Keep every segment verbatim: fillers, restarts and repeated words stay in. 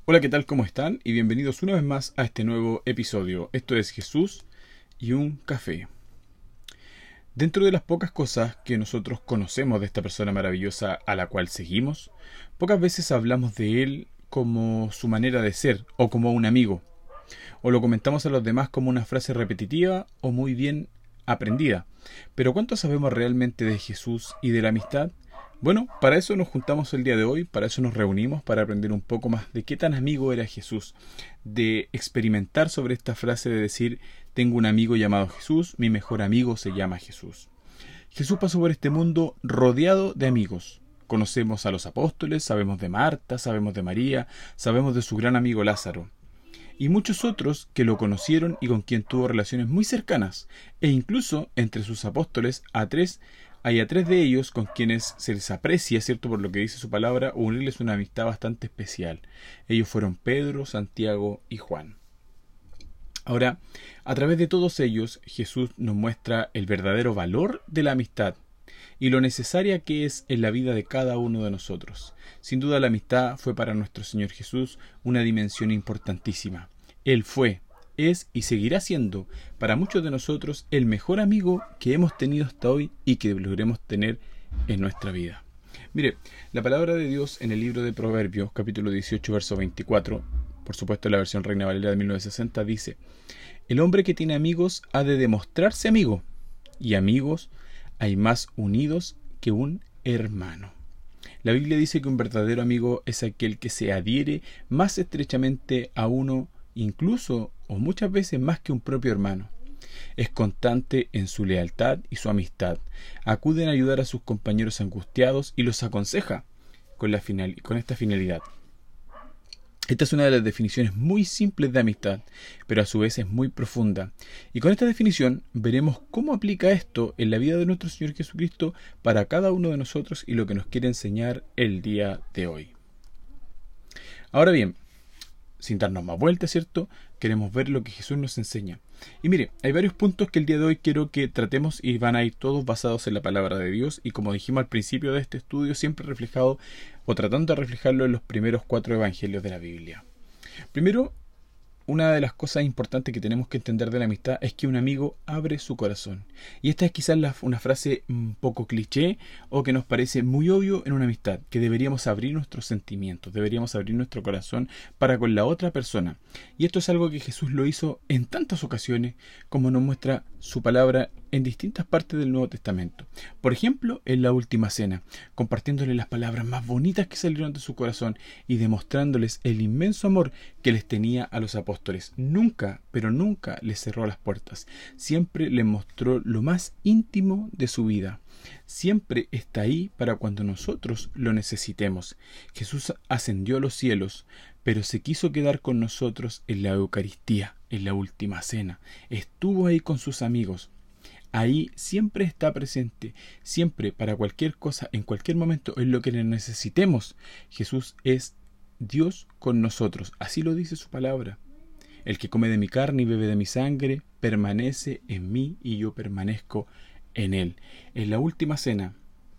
Hola, ¿qué tal? ¿Cómo están? Y bienvenidos una vez más a este nuevo episodio. Esto es Jesús y un café. Dentro de las pocas cosas que nosotros conocemos de esta persona maravillosa a la cual seguimos, pocas veces hablamos de él como su manera de ser o como un amigo, o lo comentamos a los demás como una frase repetitiva o muy bien aprendida. Pero ¿cuánto sabemos realmente de Jesús y de la amistad? Bueno, para eso nos juntamos el día de hoy, para eso nos reunimos, para aprender un poco más de qué tan amigo era Jesús, de experimentar sobre esta frase de decir, tengo un amigo llamado Jesús, mi mejor amigo se llama Jesús. Jesús pasó por este mundo rodeado de amigos. Conocemos a los apóstoles, sabemos de Marta, sabemos de María, sabemos de su gran amigo Lázaro. Y muchos otros que lo conocieron y con quien tuvo relaciones muy cercanas, e incluso entre sus apóstoles a tres hay a tres de ellos con quienes se les aprecia, cierto, por lo que dice su palabra, unirles una amistad bastante especial. Ellos fueron Pedro, Santiago y Juan. Ahora, a través de todos ellos, Jesús nos muestra el verdadero valor de la amistad y lo necesaria que es en la vida de cada uno de nosotros. Sin duda, la amistad fue para nuestro Señor Jesús una dimensión importantísima. Él fue, es y seguirá siendo para muchos de nosotros el mejor amigo que hemos tenido hasta hoy y que logremos tener en nuestra vida. Mire, la palabra de Dios en el libro de Proverbios, capítulo dieciocho, verso veinticuatro, por supuesto la versión Reina Valera de mil novecientos sesenta, dice: el hombre que tiene amigos ha de demostrarse amigo, y amigos hay más unidos que un hermano. La Biblia dice que un verdadero amigo es aquel que se adhiere más estrechamente a uno, incluso o muchas veces más que un propio hermano. Es constante en su lealtad y su amistad. Acuden a ayudar a sus compañeros angustiados y los aconseja con, la final, con esta finalidad. Esta es una de las definiciones muy simples de amistad, pero a su vez es muy profunda. Y con esta definición veremos cómo aplica esto en la vida de nuestro Señor Jesucristo para cada uno de nosotros y lo que nos quiere enseñar el día de hoy. Ahora bien, sin darnos más vueltas, ¿cierto? Queremos ver lo que Jesús nos enseña. Y mire, hay varios puntos que el día de hoy quiero que tratemos y van a ir todos basados en la palabra de Dios y, como dijimos al principio de este estudio, siempre reflejado o tratando de reflejarlo en los primeros cuatro evangelios de la Biblia. Primero, una de las cosas importantes que tenemos que entender de la amistad es que un amigo abre su corazón. Y esta es quizás la, una frase un poco cliché o que nos parece muy obvio en una amistad, que deberíamos abrir nuestros sentimientos, deberíamos abrir nuestro corazón para con la otra persona. Y esto es algo que Jesús lo hizo en tantas ocasiones como nos muestra su palabra en distintas partes del Nuevo Testamento. Por ejemplo, en la Última Cena, compartiéndoles las palabras más bonitas que salieron de su corazón y demostrándoles el inmenso amor que les tenía a los apóstoles. Nunca, pero nunca les cerró las puertas. Siempre les mostró lo más íntimo de su vida. Siempre está ahí para cuando nosotros lo necesitemos. Jesús ascendió a los cielos, pero se quiso quedar con nosotros en la Eucaristía, en la Última Cena. Estuvo ahí con sus amigos. Ahí siempre está presente, siempre, para cualquier cosa, en cualquier momento, en lo que necesitemos. Jesús es Dios con nosotros, así lo dice su palabra. El que come de mi carne y bebe de mi sangre, permanece en mí y yo permanezco en él. En la última cena,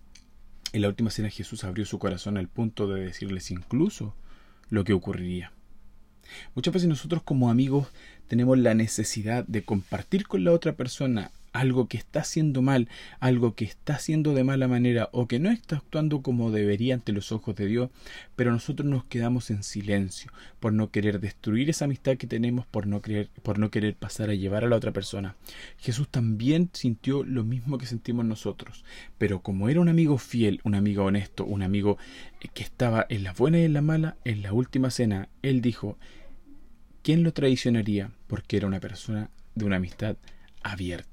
en la última cena Jesús abrió su corazón al punto de decirles incluso lo que ocurriría. Muchas veces nosotros como amigos tenemos la necesidad de compartir con la otra persona algo que está haciendo mal, algo que está haciendo de mala manera o que no está actuando como debería ante los ojos de Dios, pero nosotros nos quedamos en silencio por no querer destruir esa amistad que tenemos, por no querer, por no querer pasar a llevar a la otra persona. Jesús también sintió lo mismo que sentimos nosotros, pero como era un amigo fiel, un amigo honesto, un amigo que estaba en las buenas y en las malas, en la última cena, Él dijo: ¿quién lo traicionaría? Porque era una persona de una amistad abierta.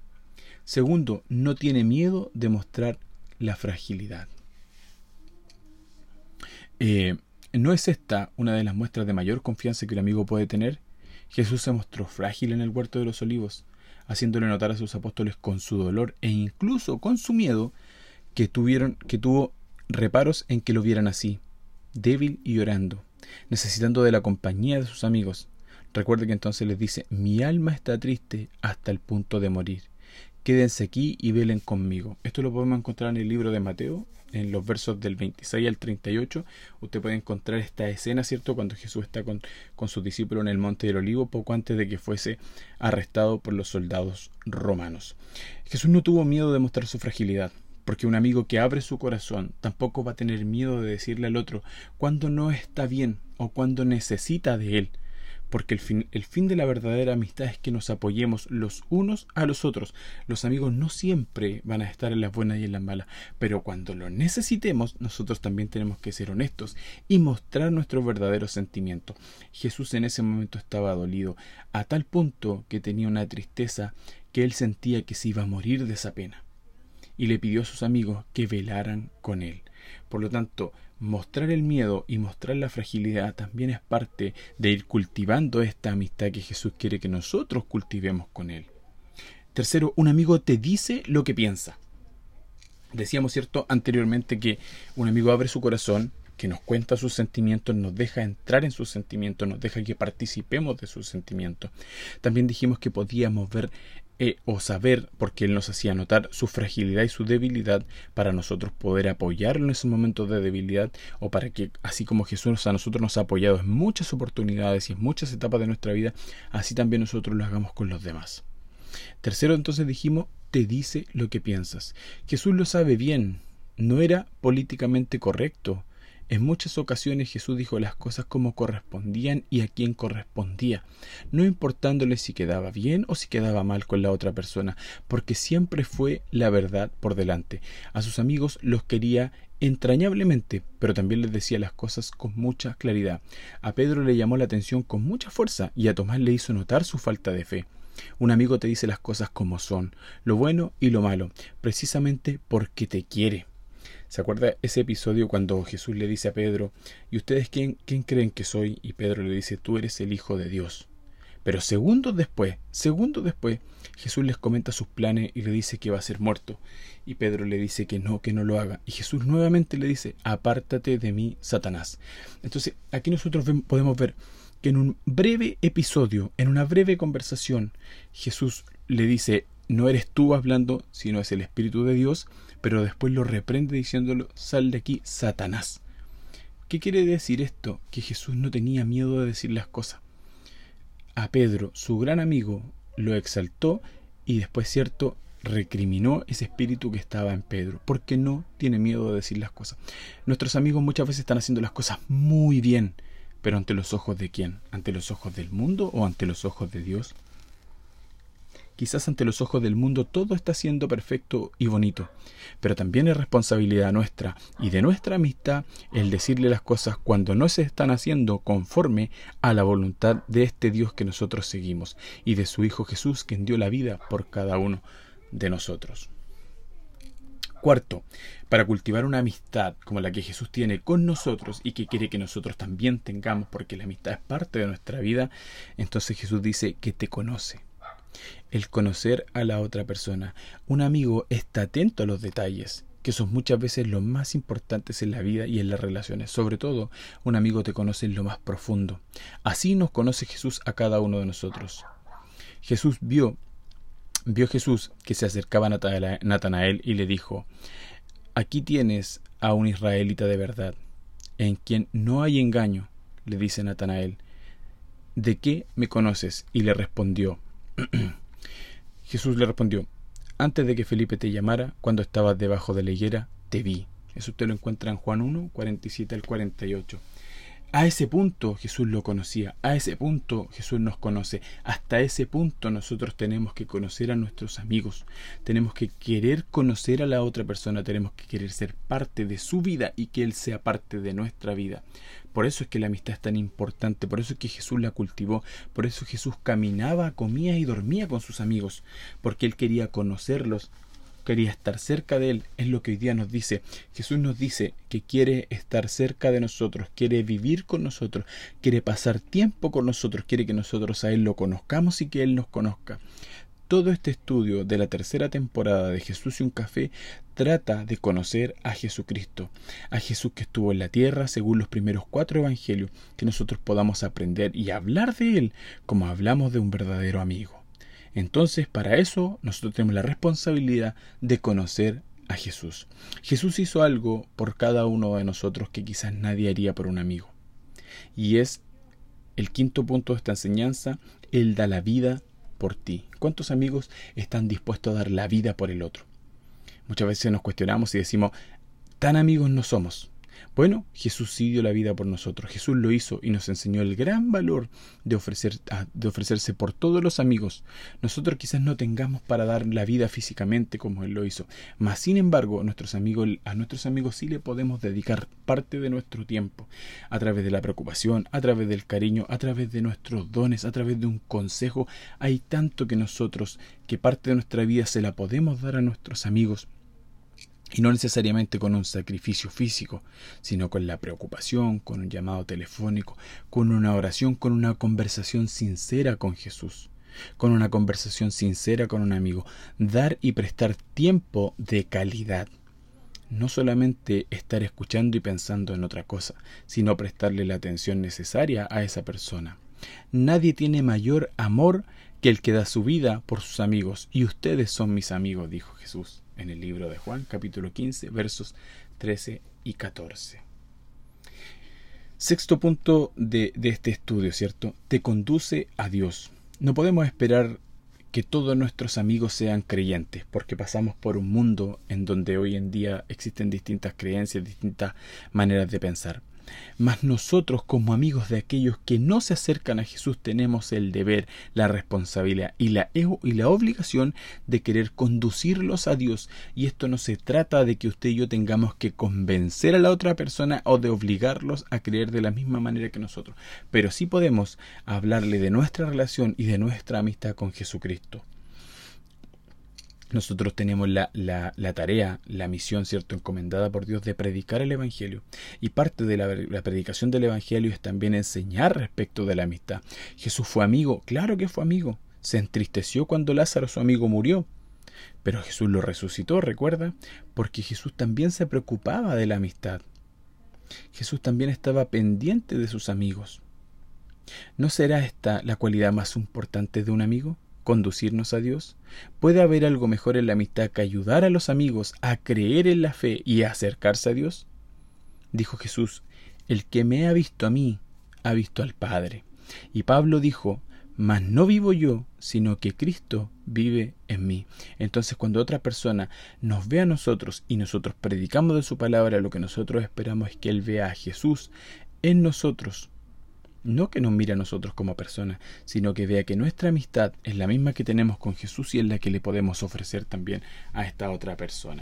Segundo, no tiene miedo de mostrar la fragilidad. Eh, ¿No es esta una de las muestras de mayor confianza que un amigo puede tener? Jesús se mostró frágil en el huerto de los olivos, haciéndole notar a sus apóstoles con su dolor e incluso con su miedo que, tuvieron, que tuvo reparos en que lo vieran así, débil y llorando, necesitando de la compañía de sus amigos. Recuerde que entonces les dice: mi alma está triste hasta el punto de morir. quédense aquí y velen conmigo. Esto lo podemos encontrar en el libro de Mateo, en los versos del veintiséis al treinta y ocho. Usted puede encontrar esta escena, ¿cierto?, cuando Jesús está con, con sus discípulos en el Monte del Olivo, poco antes de que fuese arrestado por los soldados romanos. Jesús no tuvo miedo de mostrar su fragilidad, porque un amigo que abre su corazón tampoco va a tener miedo de decirle al otro cuando no está bien o cuando necesita de él. Porque el fin, el fin de la verdadera amistad es que nos apoyemos los unos a los otros. Los amigos no siempre van a estar en las buenas y en las malas, pero cuando lo necesitemos, nosotros también tenemos que ser honestos y mostrar nuestros verdaderos sentimientos. Jesús en ese momento estaba dolido, a tal punto que tenía una tristeza que él sentía que se iba a morir de esa pena. Y le pidió a sus amigos que velaran con él. Por lo tanto, mostrar el miedo y mostrar la fragilidad también es parte de ir cultivando esta amistad que Jesús quiere que nosotros cultivemos con él. Tercero, un amigo te dice lo que piensa. Decíamos, cierto, anteriormente que un amigo abre su corazón, que nos cuenta sus sentimientos, nos deja entrar en sus sentimientos, nos deja que participemos de sus sentimientos. También dijimos que podíamos ver eh, o saber, porque él nos hacía notar su fragilidad y su debilidad, para nosotros poder apoyarlo en esos momentos de debilidad, o para que, así como Jesús a nosotros nos ha apoyado en muchas oportunidades y en muchas etapas de nuestra vida, así también nosotros lo hagamos con los demás. Tercero, entonces dijimos, te dice lo que piensas. Jesús lo sabe bien, no era políticamente correcto. En muchas ocasiones Jesús dijo las cosas como correspondían y a quien correspondía, no importándole si quedaba bien o si quedaba mal con la otra persona, porque siempre fue la verdad por delante. A sus amigos los quería entrañablemente, pero también les decía las cosas con mucha claridad. A Pedro le llamó la atención con mucha fuerza y a Tomás le hizo notar su falta de fe. Un amigo te dice las cosas como son, lo bueno y lo malo, precisamente porque te quiere. ¿Se acuerda ese episodio cuando Jesús le dice a Pedro, ¿y ustedes quién, quién creen que soy? Y Pedro le dice, tú eres el Hijo de Dios. Pero segundos después, segundos después, Jesús les comenta sus planes y le dice que va a ser muerto. Y Pedro le dice que no, que no lo haga. Y Jesús nuevamente le dice, apártate de mí, Satanás. Entonces, aquí nosotros podemos ver que en un breve episodio, en una breve conversación, Jesús le dice, no eres tú hablando, sino es el Espíritu de Dios, pero después lo reprende diciéndolo, sal de aquí, Satanás. ¿Qué quiere decir esto? Que Jesús no tenía miedo de decir las cosas. A Pedro, su gran amigo, lo exaltó y después, cierto, recriminó ese espíritu que estaba en Pedro, porque no tiene miedo de decir las cosas. Nuestros amigos muchas veces están haciendo las cosas muy bien, pero ¿ante los ojos de quién? ¿Ante los ojos del mundo o ante los ojos de Dios? Quizás ante los ojos del mundo todo está siendo perfecto y bonito, pero también es responsabilidad nuestra y de nuestra amistad el decirle las cosas cuando no se están haciendo conforme a la voluntad de este Dios que nosotros seguimos y de su Hijo Jesús, quien dio la vida por cada uno de nosotros. Cuarto, para cultivar una amistad como la que Jesús tiene con nosotros y que quiere que nosotros también tengamos, porque la amistad es parte de nuestra vida, entonces Jesús dice que te conoce. El conocer a la otra persona. Un amigo está atento a los detalles, que son muchas veces los más importantes en la vida y en las relaciones. Sobre todo, un amigo te conoce en lo más profundo. Así nos conoce Jesús a cada uno de nosotros. Jesús vio, vio Jesús que se acercaba a Natanael y le dijo, aquí tienes a un israelita de verdad, en quien no hay engaño. Le dice Natanael, ¿de qué me conoces? Y le respondió, Jesús le respondió, antes de que Felipe te llamara, cuando estabas debajo de la higuera, te vi. Eso usted lo encuentra en Juan uno, cuarenta y siete al cuarenta y ocho. A ese punto Jesús lo conocía, a ese punto Jesús nos conoce, hasta ese punto nosotros tenemos que conocer a nuestros amigos, tenemos que querer conocer a la otra persona, tenemos que querer ser parte de su vida y que Él sea parte de nuestra vida. Por eso es que la amistad es tan importante, por eso es que Jesús la cultivó, por eso Jesús caminaba, comía y dormía con sus amigos, porque Él quería conocerlos, quería estar cerca de Él. Es lo que hoy día nos dice. Jesús nos dice que quiere estar cerca de nosotros, quiere vivir con nosotros, quiere pasar tiempo con nosotros, quiere que nosotros a Él lo conozcamos y que Él nos conozca. Todo este estudio de la tercera temporada de Jesús y un café trata de conocer a Jesucristo, a Jesús que estuvo en la tierra según los primeros cuatro evangelios, que nosotros podamos aprender y hablar de Él como hablamos de un verdadero amigo. Entonces, para eso, nosotros tenemos la responsabilidad de conocer a Jesús. Jesús hizo algo por cada uno de nosotros que quizás nadie haría por un amigo. Y es el quinto punto de esta enseñanza: Él da la vida por ti. ¿Cuántos amigos están dispuestos a dar la vida por el otro? Muchas veces nos cuestionamos y decimos, tan amigos no somos. Bueno, Jesús sí dio la vida por nosotros. Jesús lo hizo y nos enseñó el gran valor de, ofrecer, de ofrecerse por todos los amigos. Nosotros quizás no tengamos para dar la vida físicamente como Él lo hizo, mas sin embargo nuestros amigos, a nuestros amigos sí le podemos dedicar parte de nuestro tiempo, a través de la preocupación, a través del cariño, a través de nuestros dones, a través de un consejo. Hay tanto que nosotros, que parte de nuestra vida se la podemos dar a nuestros amigos. Y no necesariamente con un sacrificio físico, sino con la preocupación, con un llamado telefónico, con una oración, con una conversación sincera con Jesús, con una conversación sincera con un amigo. Dar y prestar tiempo de calidad. No solamente estar escuchando y pensando en otra cosa, sino prestarle la atención necesaria a esa persona. Nadie tiene mayor amor que el que da su vida por sus amigos, y ustedes son mis amigos, dijo Jesús en el libro de Juan, capítulo quince, versos trece y catorce. Sexto punto de, de este estudio, ¿cierto? Te conduce a Dios. No podemos esperar que todos nuestros amigos sean creyentes, porque pasamos por un mundo en donde hoy en día existen distintas creencias, distintas maneras de pensar. Mas nosotros, como amigos de aquellos que no se acercan a Jesús, tenemos el deber, la responsabilidad y la, y la obligación de querer conducirlos a Dios. Y esto no se trata de que usted y yo tengamos que convencer a la otra persona o de obligarlos a creer de la misma manera que nosotros, pero sí podemos hablarle de nuestra relación y de nuestra amistad con Jesucristo. Nosotros tenemos la, la, la tarea, la misión, ¿cierto?, encomendada por Dios de predicar el Evangelio. Y parte de la, la predicación del Evangelio es también enseñar respecto de la amistad. Jesús fue amigo, claro que fue amigo. Se entristeció cuando Lázaro, su amigo, murió. Pero Jesús lo resucitó, ¿recuerda? Porque Jesús también se preocupaba de la amistad. Jesús también estaba pendiente de sus amigos. ¿No será esta la cualidad más importante de un amigo? ¿Conducirnos a Dios? ¿Puede haber algo mejor en la amistad que ayudar a los amigos a creer en la fe y a acercarse a Dios? Dijo Jesús, el que me ha visto a mí, ha visto al Padre. Y Pablo dijo, mas no vivo yo, sino que Cristo vive en mí. Entonces, cuando otra persona nos ve a nosotros y nosotros predicamos de su palabra, lo que nosotros esperamos es que Él vea a Jesús en nosotros. No que nos mire a nosotros como personas, sino que vea que nuestra amistad es la misma que tenemos con Jesús y es la que le podemos ofrecer también a esta otra persona.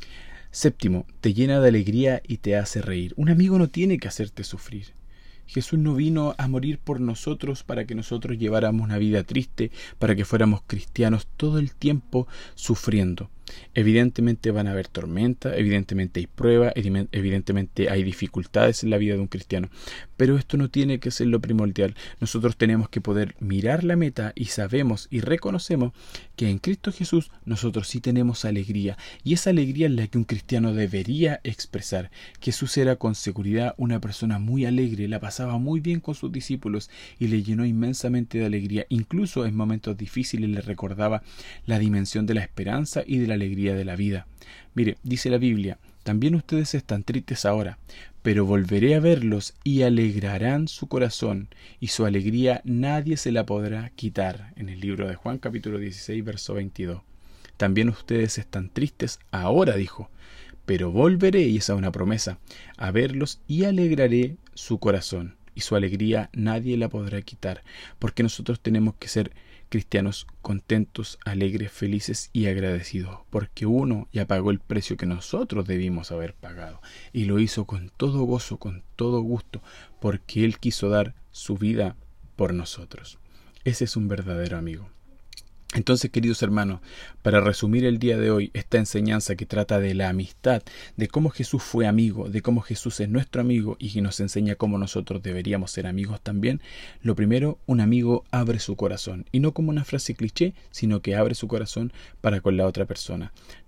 Séptimo, te llena de alegría y te hace reír. Un amigo no tiene que hacerte sufrir. Jesús no vino a morir por nosotros para que nosotros lleváramos una vida triste, para que fuéramos cristianos todo el tiempo sufriendo. Evidentemente van a haber tormentas, evidentemente hay pruebas, evidentemente hay dificultades en la vida de un cristiano, pero esto no tiene que ser lo primordial. Nosotros tenemos que poder mirar la meta y sabemos y reconocemos que en Cristo Jesús nosotros sí tenemos alegría, y esa alegría es la que un cristiano debería expresar. Jesús era con seguridad una persona muy alegre, la pasaba muy bien con sus discípulos y le llenó inmensamente de alegría. Incluso en momentos difíciles le recordaba la dimensión de la esperanza y de la alegría de la vida. Mire, dice la Biblia, también ustedes están tristes ahora, pero volveré a verlos y alegrarán su corazón, y su alegría nadie se la podrá quitar. En el libro de Juan, capítulo dieciséis, verso veintidós. También ustedes están tristes ahora, dijo, pero volveré, y esa es una promesa, a verlos y alegraré su corazón, y su alegría nadie la podrá quitar, porque nosotros tenemos que ser cristianos contentos, alegres, felices y agradecidos, porque uno ya pagó el precio que nosotros debimos haber pagado, y lo hizo con todo gozo, con todo gusto, porque Él quiso dar su vida por nosotros. Ese es un verdadero amigo. Entonces, queridos hermanos, para resumir el día de hoy, esta enseñanza que trata de la amistad, de cómo Jesús fue amigo, de cómo Jesús es nuestro amigo y que nos enseña cómo nosotros deberíamos ser amigos también, lo primero, un amigo abre su corazón, y no como una frase cliché, sino que abre su corazón para con la otra persona.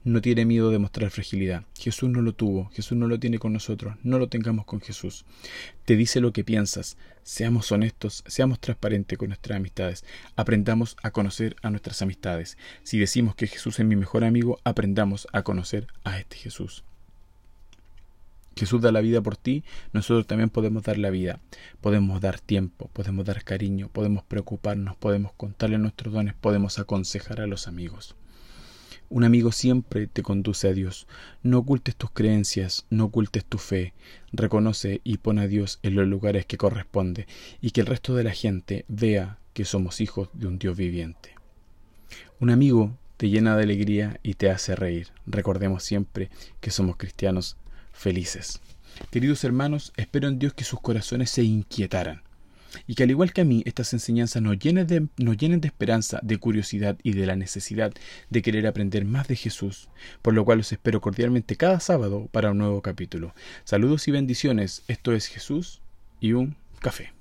no tiene miedo de mostrar fragilidad. Jesús no lo tuvo, Jesús no lo tiene con nosotros, no lo tengamos con Jesús. Te dice lo que piensas, seamos honestos, seamos transparentes con nuestras amistades, aprendamos a conocer a nuestras amistades. Si decimos que Jesús es mi mejor amigo, aprendamos a conocer a este Jesús. Jesús da la vida por ti, nosotros también podemos dar la vida. Podemos dar tiempo, podemos dar cariño, podemos preocuparnos, podemos contarle nuestros dones, podemos aconsejar a los amigos. Un amigo siempre te conduce a Dios. No ocultes tus creencias, no ocultes tu fe. Reconoce y pon a Dios en los lugares que corresponde y que el resto de la gente vea que somos hijos de un Dios viviente. Un amigo te llena de alegría y te hace reír. Recordemos siempre que somos cristianos felices. Queridos hermanos, espero en Dios que sus corazones se inquietaran y que al igual que a mí estas enseñanzas nos llenen de, nos llenen de esperanza, de curiosidad y de la necesidad de querer aprender más de Jesús, por lo cual los espero cordialmente cada sábado para un nuevo capítulo. Saludos y bendiciones. Esto es Jesús y un café.